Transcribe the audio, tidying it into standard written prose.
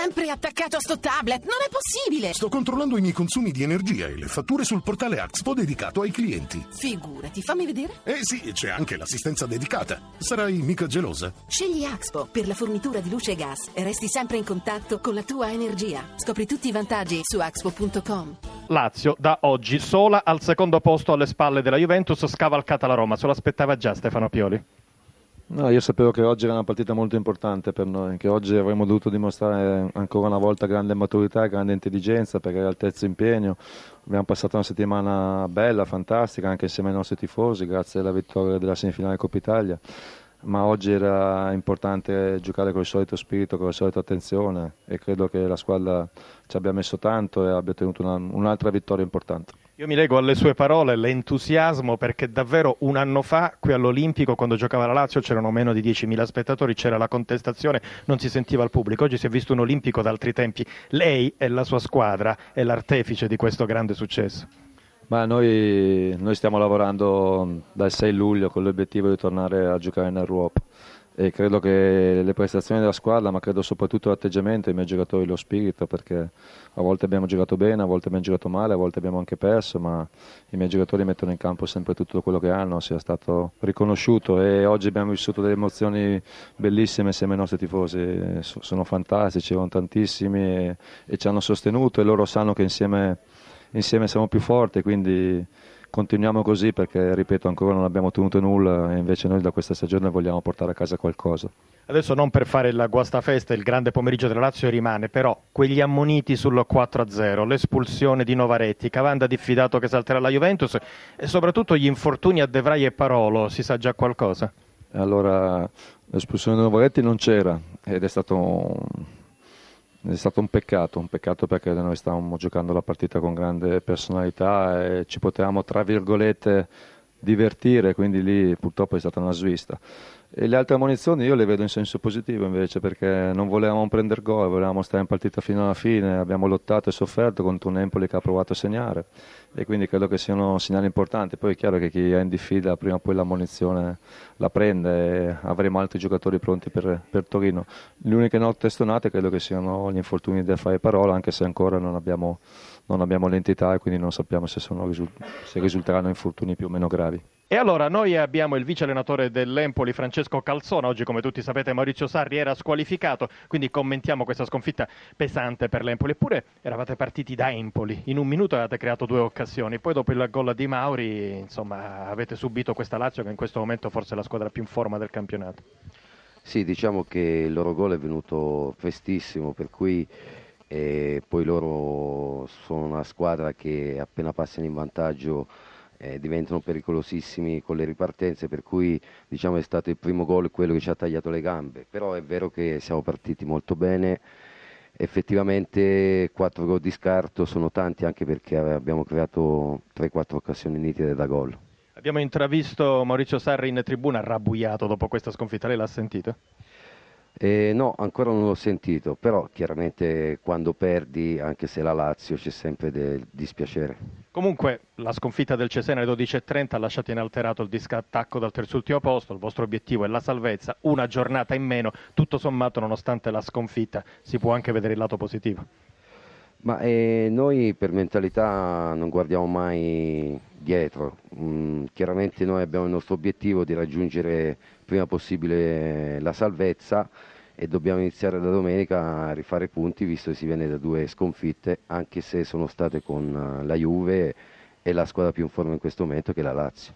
sempre attaccato a sto tablet, non è possibile! Sto controllando i miei consumi di energia e le fatture sul portale Axpo dedicato ai clienti. Figurati, fammi vedere. Sì, c'è anche l'assistenza dedicata. Sarai mica gelosa? Scegli Axpo per la fornitura di luce e gas e resti sempre in contatto con la tua energia. Scopri tutti i vantaggi su axpo.com. Lazio da oggi sola al secondo posto alle spalle della Juventus, scavalcata la Roma. Se lo aspettava già Stefano Pioli? No, io sapevo che oggi era una partita molto importante per noi, che oggi avremmo dovuto dimostrare ancora una volta grande maturità e grande intelligenza, perché era il terzo impegno. Abbiamo passato una settimana bella, fantastica, anche insieme ai nostri tifosi, grazie alla vittoria della semifinale Coppa Italia. Ma oggi era importante giocare con il solito spirito, con la solita attenzione, e credo che la squadra ci abbia messo tanto e abbia ottenuto un'altra vittoria importante. Io mi lego alle sue parole, l'entusiasmo, perché davvero un anno fa qui all'Olimpico, quando giocava la Lazio, c'erano meno di 10.000 spettatori, c'era la contestazione, non si sentiva il pubblico. Oggi si è visto un Olimpico d'altri tempi. Lei e la sua squadra è l'artefice di questo grande successo. Ma noi stiamo lavorando dal 6 luglio con l'obiettivo di tornare a giocare nel Ruop, e credo che le prestazioni della squadra, ma credo soprattutto l'atteggiamento dei miei giocatori, lo spirito, perché a volte abbiamo giocato bene, a volte abbiamo giocato male, a volte abbiamo anche perso, ma i miei giocatori mettono in campo sempre tutto quello che hanno, sia stato riconosciuto, e oggi abbiamo vissuto delle emozioni bellissime insieme ai nostri tifosi. Sono fantastici, erano tantissimi e ci hanno sostenuto, e loro sanno che insieme siamo più forti, quindi continuiamo così, perché ripeto, ancora non abbiamo ottenuto nulla, e invece noi da questa stagione vogliamo portare a casa qualcosa. Adesso, non per fare la guastafesta, il grande pomeriggio della Lazio rimane, però quegli ammoniti sul 4-0, l'espulsione di Novaretti, Cavanda diffidato che salterà la Juventus, e soprattutto gli infortuni a De Vrij e Parolo, si sa già qualcosa? Allora, l'espulsione di Novaretti non c'era, ed è stato un peccato perché noi stavamo giocando la partita con grande personalità e ci potevamo, tra virgolette, divertire, quindi lì purtroppo è stata una svista. E le altre ammonizioni io le vedo in senso positivo invece, perché non volevamo prendere gol, volevamo stare in partita fino alla fine, abbiamo lottato e sofferto contro un Empoli che ha provato a segnare, e quindi credo che siano segnali importanti. Poi è chiaro che chi è in diffida prima o poi l'ammonizione la prende, e avremo altri giocatori pronti per Torino. Le uniche note stonate credo che siano gli infortuni di Fai Parola, anche se ancora non abbiamo l'entità, e quindi non sappiamo se risulteranno infortuni più o meno gravi. E allora noi abbiamo il vice allenatore dell'Empoli, Francesco Calzona. Oggi, come tutti sapete, Maurizio Sarri era squalificato, quindi commentiamo questa sconfitta pesante per l'Empoli. Eppure eravate partiti da Empoli, in un minuto avete creato 2 occasioni, poi dopo il gol di Mauri, insomma, avete subito questa Lazio che in questo momento forse è la squadra più in forma del campionato. Sì, diciamo che il loro gol è venuto prestissimo, per cui poi loro sono una squadra che appena passano in vantaggio diventano pericolosissimi con le ripartenze, per cui diciamo è stato il primo gol quello che ci ha tagliato le gambe. Però è vero che siamo partiti molto bene, effettivamente 4 gol di scarto sono tanti, anche perché abbiamo creato 3-4 occasioni nitide da gol. Abbiamo intravisto Maurizio Sarri in tribuna arrabbiato dopo questa sconfitta, lei l'ha sentita? No, ancora non l'ho sentito, però chiaramente quando perdi, anche se la Lazio, c'è sempre del dispiacere. Comunque la sconfitta del Cesena alle 12:30 ha lasciato inalterato il attacco dal terzultimo posto. Il vostro obiettivo è la salvezza, una giornata in meno, tutto sommato, nonostante la sconfitta si può anche vedere il lato positivo. Ma noi per mentalità non guardiamo mai dietro. Chiaramente noi abbiamo il nostro obiettivo di raggiungere prima possibile la salvezza, e dobbiamo iniziare da domenica a rifare punti, visto che si viene da 2 sconfitte, anche se sono state con la Juve e la squadra più in forma in questo momento, che è la Lazio.